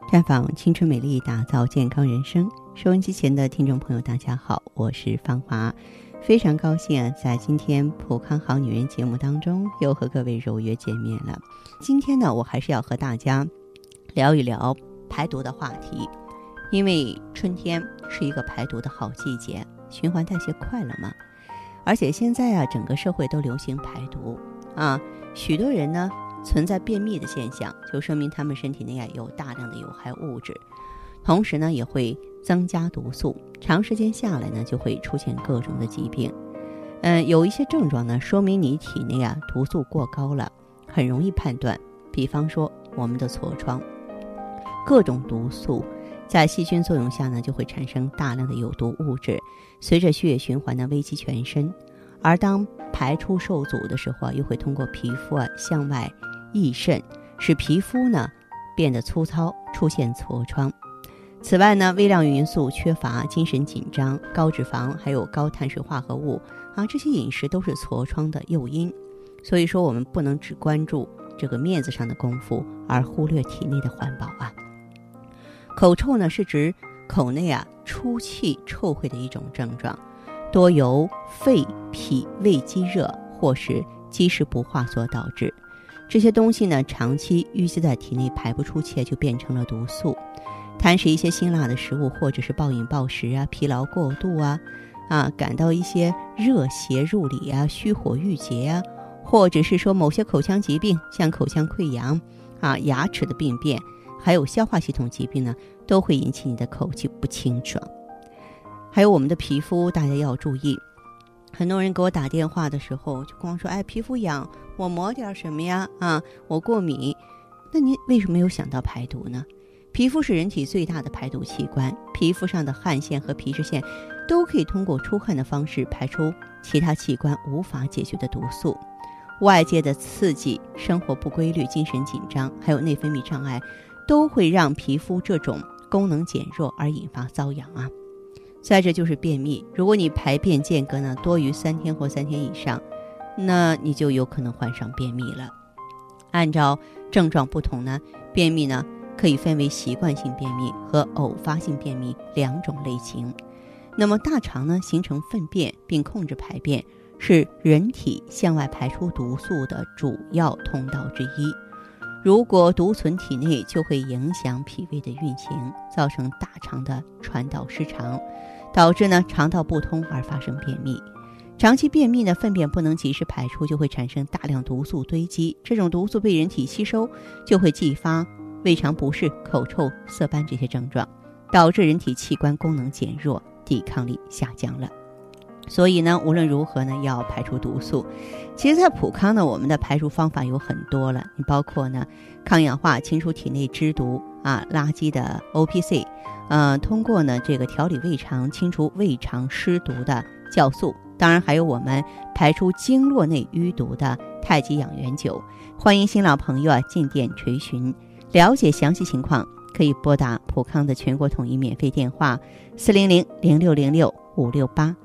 绽放青春美丽，打造健康人生。收音机前的听众朋友大家好，我是芳华，非常高兴在今天普康好女人节目当中又和各位柔约见面了。今天呢，我还是要和大家聊一聊排毒的话题，因为春天是一个排毒的好季节，循环代谢快了嘛，而且现在整个社会都流行排毒许多人呢存在便秘的现象，就说明他们身体内有大量的有害物质，同时呢也会增加毒素，长时间下来呢就会出现各种的疾病。有一些症状呢说明你体内毒素过高了，很容易判断。比方说我们的痤疮，各种毒素在细菌作用下呢就会产生大量的有毒物质，随着血液循环呢危及全身，而当排出受阻的时候又会通过皮肤向外溢渗，使皮肤呢变得粗糙，出现痤疮。此外呢，微量元素缺乏、精神紧张、高脂肪还有高碳水化合物这些饮食都是痤疮的诱因。所以说我们不能只关注这个面子上的功夫，而忽略体内的环保口臭呢是指口内出气臭秽的一种症状，多由肺、脾、胃积热或是积食不化所导致。这些东西呢长期淤积在体内排不出去，就变成了毒素。贪食一些辛辣的食物，或者是暴饮暴食疲劳过度感到一些热邪入里虚火郁结或者是说某些口腔疾病，像口腔溃疡牙齿的病变，还有消化系统疾病呢，都会引起你的口气不清爽。还有我们的皮肤，大家要注意，很多人给我打电话的时候就光说皮肤痒，我抹点什么呀我过敏。那您为什么没有想到排毒呢？皮肤是人体最大的排毒器官，皮肤上的汗腺和皮脂腺都可以通过出汗的方式排出其他器官无法解决的毒素。外界的刺激、生活不规律、精神紧张还有内分泌障碍，都会让皮肤这种功能减弱而引发瘙痒再者就是便秘，如果你排便间隔呢多于3天或3天以上，那你就有可能患上便秘了。按照症状不同呢，便秘呢可以分为习惯性便秘和偶发性便秘2种类型。那么大肠呢形成粪便并控制排便，是人体向外排出毒素的主要通道之一。如果毒存体内，就会影响脾胃的运行，造成大肠的传导失常，导致呢肠道不通而发生便秘。长期便秘呢，粪便不能及时排出，就会产生大量毒素堆积，这种毒素被人体吸收，就会继发胃肠不适、口臭、色斑这些症状，导致人体器官功能减弱，抵抗力下降了。所以呢，无论如何呢，要排除毒素。其实在普康呢，我们的排除方法有很多了，你包括呢抗氧化，清除体内脂毒垃圾的 OPC， 通过呢这个调理胃肠，清除胃肠湿毒的酵素，当然还有我们排出经络内淤毒的太极养元灸。欢迎新老朋友进店垂询，了解详细情况可以拨打普康的全国统一免费电话400-0606-568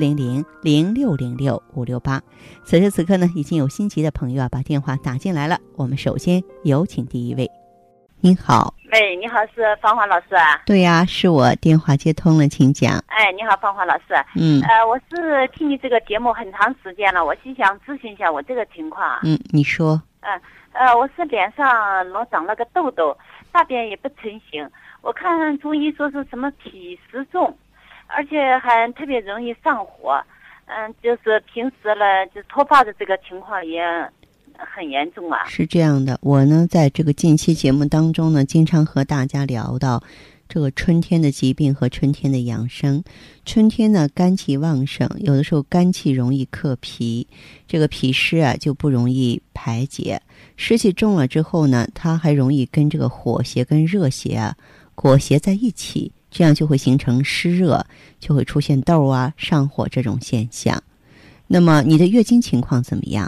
400-0606-568。此时此刻呢，已经有心急的朋友把电话打进来了。我们首先有请第一位。您好。 喂，你好，是芳华老师对呀，是我，电话接通了，请讲。 你好，芳华老师。我是听你这个节目很长时间了，我是想咨询一下我这个情况。 你说。 我是脸上老长了个痘痘，大便也不成形。我看中医说是什么脾湿重，而且还特别容易上火。就是平时呢，就脱发的这个情况也很严重是这样的，我呢在这个近期节目当中呢，经常和大家聊到这个春天的疾病和春天的养生。春天呢肝气旺盛，有的时候肝气容易克脾，这个脾湿就不容易排解，湿气重了之后呢，它还容易跟这个火邪跟热邪裹挟在一起，这样就会形成湿热，就会出现痘上火这种现象。那么你的月经情况怎么样？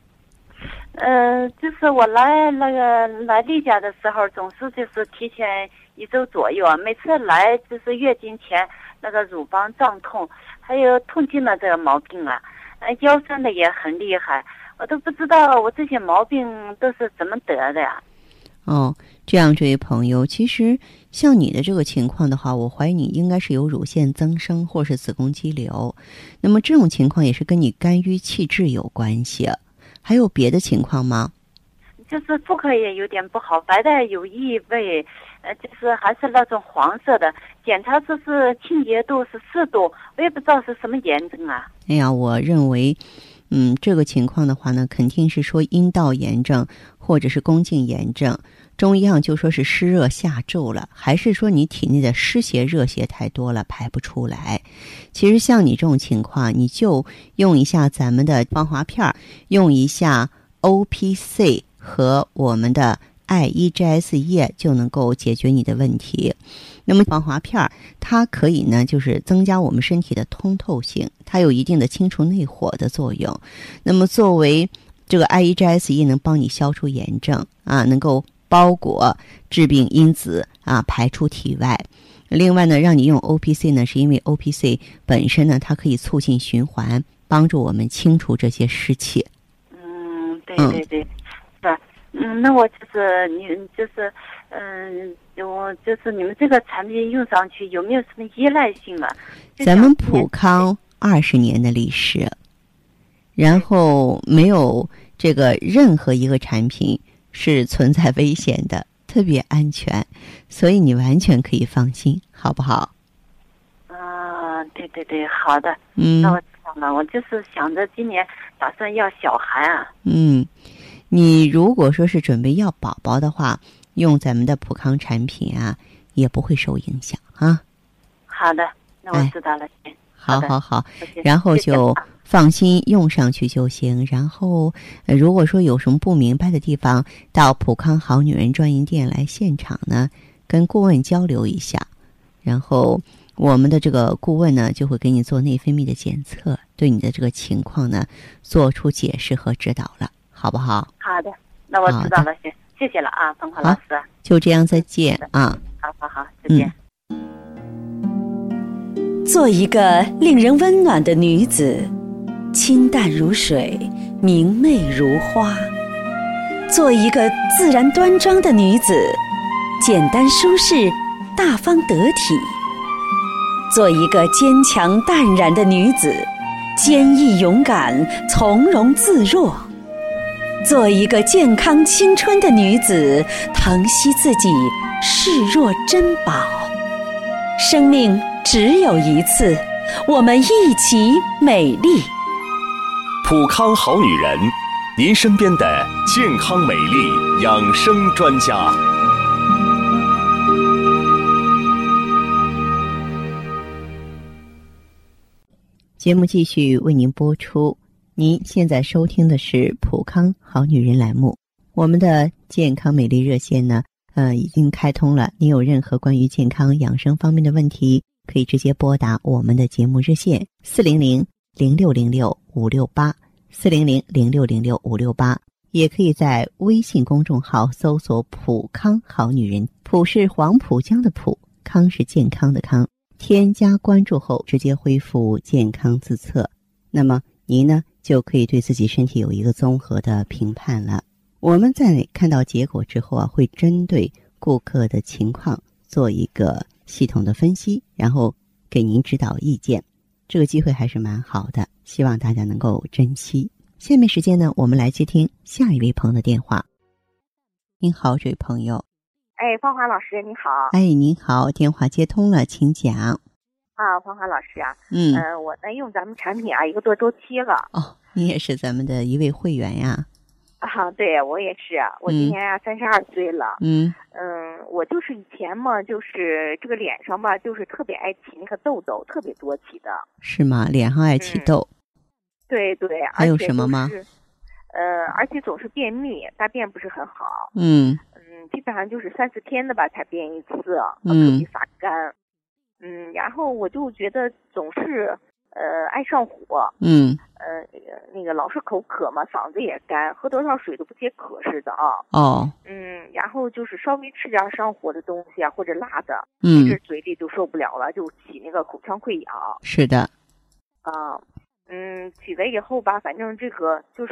就是我来例假的时候，总是就是提前1周左右每次来就是月经前那个乳房胀痛，还有痛经的这个毛病腰酸的也很厉害，我都不知道我这些毛病都是怎么得的哦，这样，这位朋友，其实像你的这个情况的话，我怀疑你应该是有乳腺增生或是子宫肌瘤。那么这种情况也是跟你肝郁气滞有关系。还有别的情况吗？ 就是妇科也有点不好，白带有异味，就是还是那种黄色的。检查出是清洁度是4度，我也不知道是什么炎症啊。 哎呀，我认为，这个情况的话呢，肯定是说阴道炎症或者是宫颈炎症。中医上就说是湿热下注了，还是说你体内的湿邪热邪太多了排不出来？其实像你这种情况，你就用一下咱们的芳华片，用一下 OPC 和我们的IEGS 液就能够解决你的问题。那么芳华片它可以呢，就是增加我们身体的通透性，它有一定的清除内火的作用。那么作为这个 IEGS 液能帮你消除炎症啊，能够包裹致病因子啊，排出体外。另外呢，让你用 OPC 呢，是因为 OPC 本身呢，它可以促进循环，帮助我们清除这些湿气。 对对对，是。那我就是我就是你们这个产品用上去有没有什么依赖性啊？ 咱们普康20年的历史，然后没有这个任何一个产品是存在危险的，特别安全，所以你完全可以放心，好不好？ 对对对，好的。那我知道了，我就是想着今年打算要小孩啊。 你如果说是准备要宝宝的话，用咱们的普康产品啊，也不会受影响啊。 好的，那我知道了。 好，然后就放心用上去就行。然后，如果说有什么不明白的地方，到普康好女人专营店来现场呢，跟顾问交流一下。然后，我们的这个顾问呢，就会给你做内分泌的检测，对你的这个情况呢，做出解释和指导了，好不好？ 好的，那我知道了，谢谢了啊，芳华老师。 就这样，再见啊。 好，再见。 做一个令人温暖的女子，清淡如水，明媚如花；做一个自然端庄的女子，简单舒适，大方得体；做一个坚强淡然的女子，坚毅勇敢，从容自若；做一个健康青春的女子，疼惜自己，视若珍宝。生命只有一次，我们一起美丽。 普康好女人，您身边的健康美丽养生专家。 节目继续为您播出。您现在收听的是普康好女人栏目。我们的健康美丽热线呢，已经开通了。您有任何关于健康养生方面的问题，可以直接拨打我们的节目热线400-0606-568，400-0606-568，也可以在微信公众号搜索普康好女人，普是黄浦江的浦，康是健康的康，添加关注后直接恢复健康自测，那么您呢就可以对自己身体有一个综合的评判了。我们在看到结果之后啊，会针对顾客的情况做一个系统的分析，然后给您指导意见。这个机会还是蛮好的，希望大家能够珍惜。下面时间呢，我们来接听下一位朋友的电话。您好，这位朋友。 芳华老师你好。 您好，电话接通了，请讲。 芳华老师啊，我呢用咱们产品1个多周期了。 你也是咱们的一位会员呀？ 对，我也是，我今年32岁了。我就是以前嘛，就是这个脸上吧，就是特别爱起那个痘痘，特别多起的。是吗？脸上爱起痘？对， 还有什么吗？ 而且总是便秘，大便不是很好。基本上就是3-4天的吧才便一次，特别发干。然后我就觉得总是爱上火。那个老是口渴嘛，嗓子也干，喝多少水都不解渴似的啊。然后就是稍微吃点上火的东西啊，或者辣的，这嘴里就受不了了，就起那个口腔溃疡。 是的。 起了以后吧，反正这个就是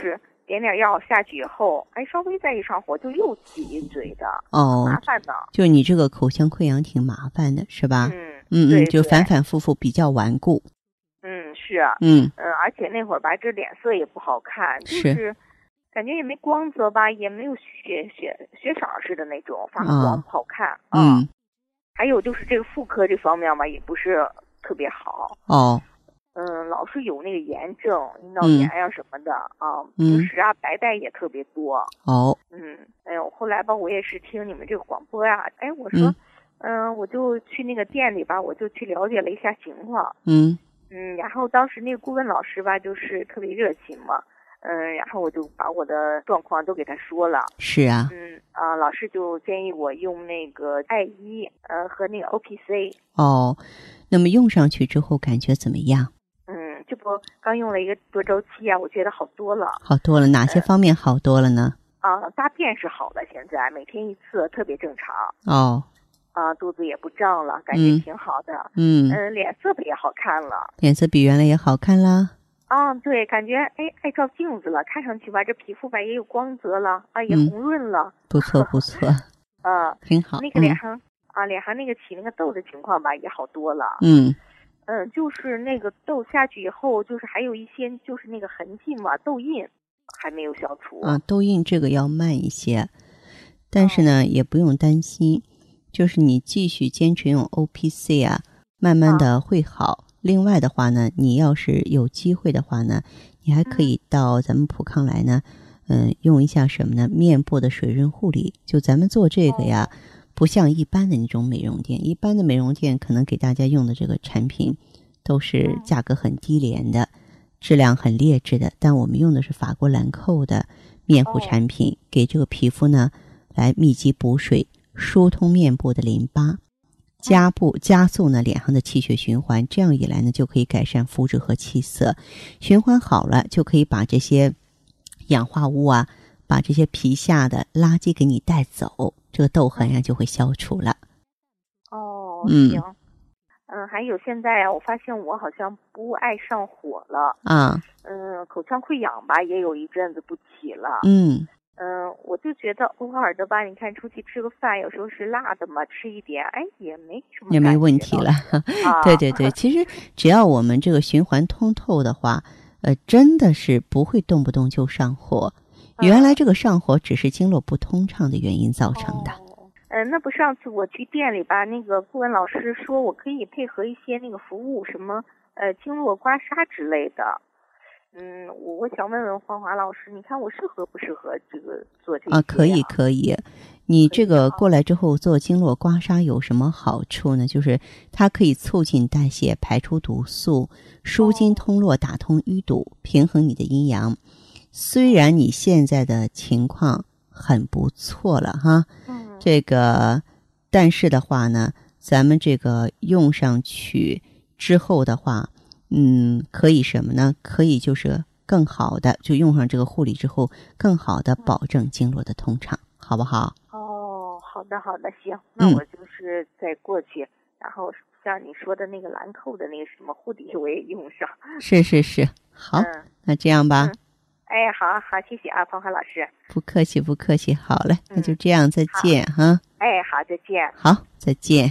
点药下去以后，稍微再一上火就又起嘴的，麻烦的。 就你这个口腔溃疡挺麻烦的，是吧？ 对， 就反反复复比较顽固。 是。而且那会儿吧，这脸色也不好看，就是感觉也没光泽吧，也没有血色似的那种，发黄不好看。还有就是这个妇科这方面嘛，也不是特别好。老是有那个炎症、阴道炎呀什么的平时白带也特别多。后来吧，我也是听你们这个广播呀，我说，我就去那个店里吧，我就去了解了一下情况。然后当时那个顾问老师吧，就是特别热情嘛。然后我就把我的状况都给他说了。是啊。老师就建议我用那个I1和那个 OPC。 那么用上去之后感觉怎么样？ 这不刚用了一个多周期啊，我觉得好多了。 好多了，哪些方面好多了呢？ 大便是好了，现在每天1次，特别正常。肚子也不胀了，感觉挺好的。脸色也好看了。 脸色比原来也好看了。 对，感觉爱照镜子了，看上去吧，这皮肤吧也有光泽了也红润了。 不错不错。挺好。 那个脸上那个起那个痘的情况吧也好多了。就是那个痘下去以后，就是还有一些就是那个痕迹嘛，痘印还没有消除。 痘印这个要慢一些，但是呢也不用担心，就是你继续坚持用 OPC 慢慢的会好。另外的话呢，你要是有机会的话呢，你还可以到咱们普康来呢，用一下什么呢？面部的水润护理。就咱们做这个呀，不像一般的那种美容店，一般的美容店可能给大家用的这个产品都是价格很低廉的，质量很劣质的，但我们用的是法国兰蔻的面护产品，给这个皮肤呢来密集补水，疏通面部的淋巴，加速呢脸上的气血循环，这样一来呢就可以改善肤质和气色，循环好了就可以把这些氧化物把这些皮下的垃圾给你带走，这个痘痕就会消除了。 行。还有现在我发现我好像不爱上火了。口腔溃疡吧也有一阵子不起了。我就觉得偶尔的吧，你看出去吃个饭，有时候是辣的嘛，吃一点，也没什么， 也没问题了。对对对，其实只要我们这个循环通透的话，真的是不会动不动就上火。原来这个上火只是经络不通畅的原因造成的。 那不上次我去店里吧，那个顾问老师说我可以配合一些那个服务，什么经络刮痧之类的。我想问问芳华老师，你看我适合不适合这个做这些？ 可以。你这个过来之后做经络刮痧有什么好处呢？就是它可以促进代谢，排出毒素，舒筋通络，打通淤堵，平衡你的阴阳。虽然你现在的情况很不错了哈，但是的话呢，咱们这个用上去之后的话，可以什么呢？可以就是更好的，就用上这个护理之后，更好的保证经络的通畅，好不好？ 好的，行，那我就是再过去，然后像你说的那个兰蔻的那个什么护理我也用上。 是，好，那这样吧。 好，谢谢芳华老师。 不客气，好嘞，那就这样，再见哈。 好，再见。 好，再见。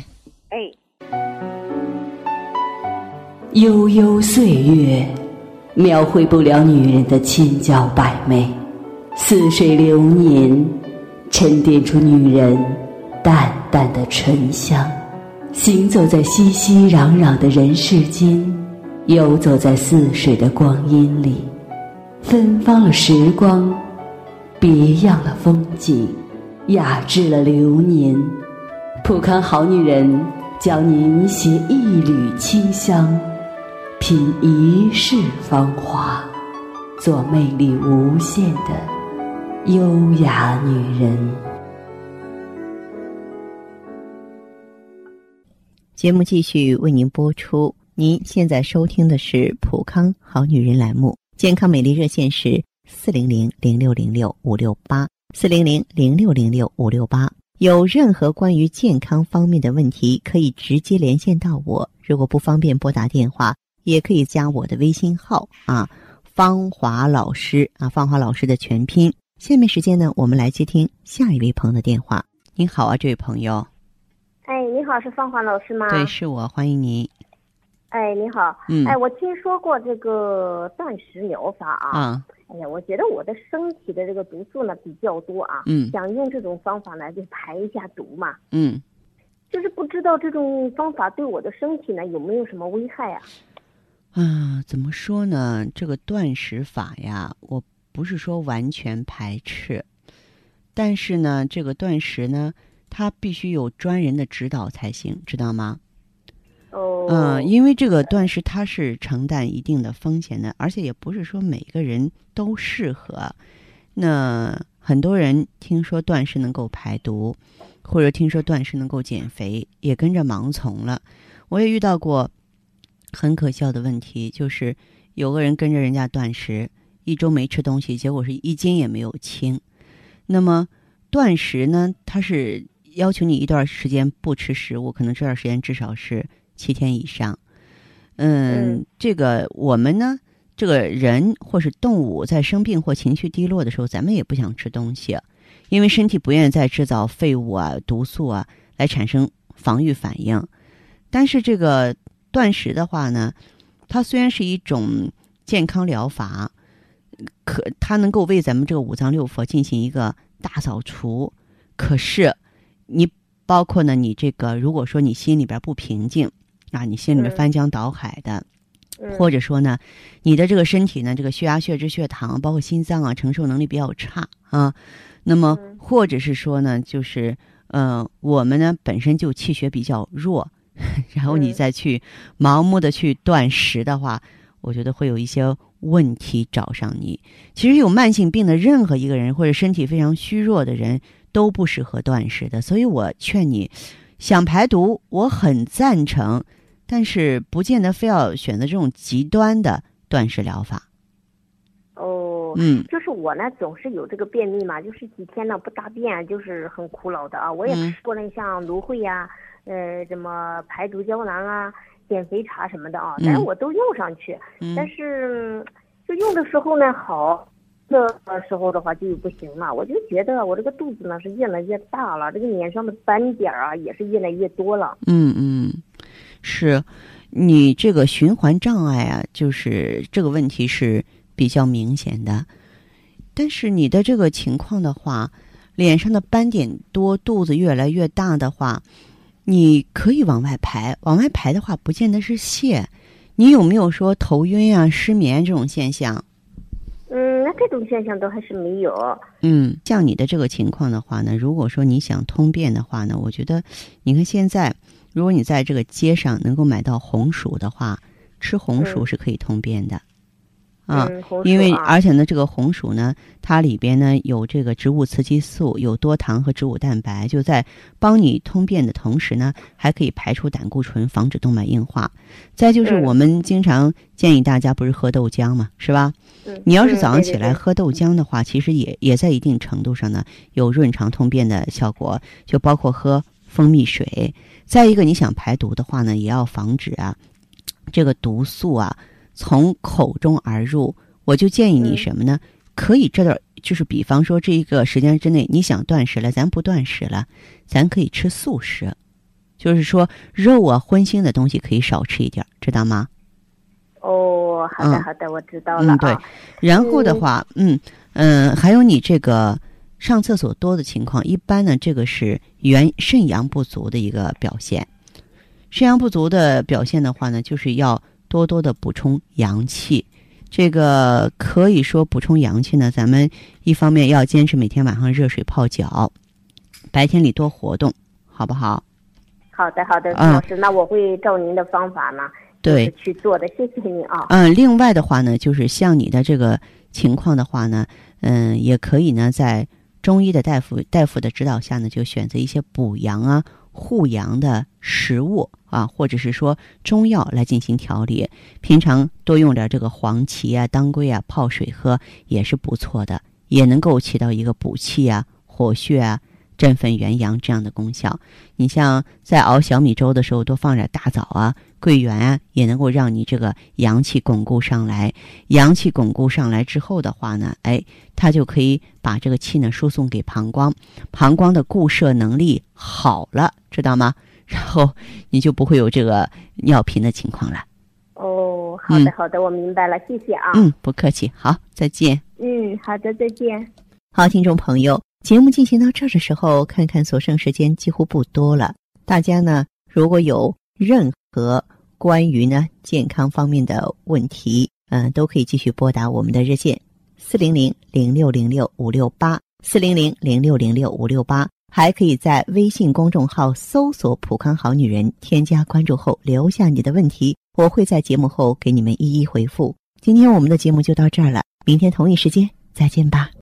悠悠岁月，描绘不了女人的千娇百媚；似水流年，沉淀出女人淡淡的醇香。行走在熙熙攘攘的人世间，游走在似水的光阴里，芬芳了时光，别样了风景，雅致了流年。普康好女人教您携一缕清香，品一世芳华，做魅力无限的优雅女人。 节目继续为您播出，您现在收听的是普康好女人栏目，健康美丽热线是400-0606-568，400-0606-568。有任何关于健康方面的问题，可以直接连线到我。如果不方便拨打电话，也可以加我的微信号芳华老师啊，芳华老师的全拼。下面时间呢，我们来接听下一位朋友的电话。您好啊，这位朋友。 哎，你好，是芳华老师吗？ 对，是我，欢迎您。 哎，你好。哎，我听说过这个断食疗法啊。哎呀，我觉得我的身体的这个毒素呢比较多啊。想用这种方法呢就排一下毒嘛。就是不知道这种方法对我的身体呢有没有什么危害啊？ 怎么说呢？这个断食法呀，我不是说完全排斥，但是呢，这个断食呢，它必须有专人的指导才行，知道吗？因为这个断食它是承担一定的风险的，而且也不是说每个人都适合。那很多人听说断食能够排毒，或者听说断食能够减肥，也跟着盲从了。我也遇到过很可笑的问题，就是有个人跟着人家断食，1周没吃东西，结果是1斤也没有轻。那么断食呢，它是要求你一段时间不吃食物，可能这段时间至少是7天以上。这个我们呢，这个人或是动物在生病或情绪低落的时候，咱们也不想吃东西，因为身体不愿意再制造废物啊、毒素啊来产生防御反应。但是这个断食的话呢，它虽然是一种健康疗法，它能够为咱们这个五脏六腑进行一个大扫除，可是你包括呢，你这个如果说你心里边不平静啊，你心里面翻江倒海的，或者说呢，你的这个身体呢，这个血压、血脂、血糖，包括心脏啊，承受能力比较差啊，那么或者是说呢，就是我们呢本身就气血比较弱，然后你再去盲目的去断食的话，我觉得会有一些问题找上你。其实有慢性病的任何一个人，或者身体非常虚弱的人，都不适合断食的。所以我劝你，想排毒，我很赞成，但是不见得非要选择这种极端的断食疗法。 就是我呢总是有这个便秘嘛，就是几天呢不大便，就是很苦恼的啊。我也吃过那像芦荟呀，什么排毒胶囊啊、减肥茶什么的啊，但是我都用上去，但是就用的时候呢好的时候的话就不行了。我就觉得我这个肚子呢是越来越大了，这个脸上的斑点啊也是越来越多了。 是你这个循环障碍啊，就是这个问题是比较明显的。但是你的这个情况的话，脸上的斑点多，肚子越来越大的话，你可以往外排，往外排的话不见得是泻。你有没有说头晕啊、失眠这种现象？ 那这种现象都还是没有。 像你的这个情况的话呢，如果说你想通便的话呢，我觉得你看现在如果你在这个街上能够买到红薯的话，吃红薯是可以通便的。因为而且呢，这个红薯呢，它里边呢有这个植物雌激素，有多糖和植物蛋白，就在帮你通便的同时呢，还可以排除胆固醇，防止动脉硬化。再就是我们经常建议大家不是喝豆浆嘛，是吧？你要是早上起来喝豆浆的话，其实也在一定程度上呢有润肠通便的效果，就包括喝蜂蜜水。再一个，你想排毒的话呢，也要防止啊这个毒素啊从口中而入。我就建议你什么呢？可以这段就是比方说这一个时间之内你想断食了，咱不断食了，咱可以吃素食，就是说肉啊荤腥的东西可以少吃一点，知道吗？ 好的好的，我知道了。 对，然后的话还有你这个上厕所多的情况，一般呢这个是肾阳不足的一个表现。肾阳不足的表现的话呢，就是要多多的补充阳气。这个可以说补充阳气呢，咱们一方面要坚持每天晚上热水泡脚，白天里多活动，好不好？ 好的老师，那我会照您的方法呢对去做的，谢谢您啊。 另外的话呢，就是像你的这个情况的话呢，也可以呢在中医的大夫的指导下呢，就选择一些补阳啊护阳的食物啊，或者是说中药来进行调理。平常多用点这个黄芪啊、当归啊泡水喝也是不错的，也能够起到一个补气啊、活血啊振奋元阳这样的功效。你像在熬小米粥的时候多放点大枣啊、桂圆啊，也能够让你这个阳气巩固上来。阳气巩固上来之后的话呢，它就可以把这个气呢输送给膀胱，膀胱的固摄能力好了，知道吗？然后你就不会有这个尿频的情况了。 哦，好的好的，我明白了，谢谢啊。 不客气，好，再见。 好的，再见。 好，听众朋友，节目进行到这儿的时候，看看所剩时间几乎不多了。大家呢，如果有任何关于呢健康方面的问题，都可以继续拨打我们的热线400-0606-568，400-0606-568，还可以在微信公众号搜索普康好女人，添加关注后留下你的问题，我会在节目后给你们一一回复。今天我们的节目就到这儿了，明天同一时间再见吧。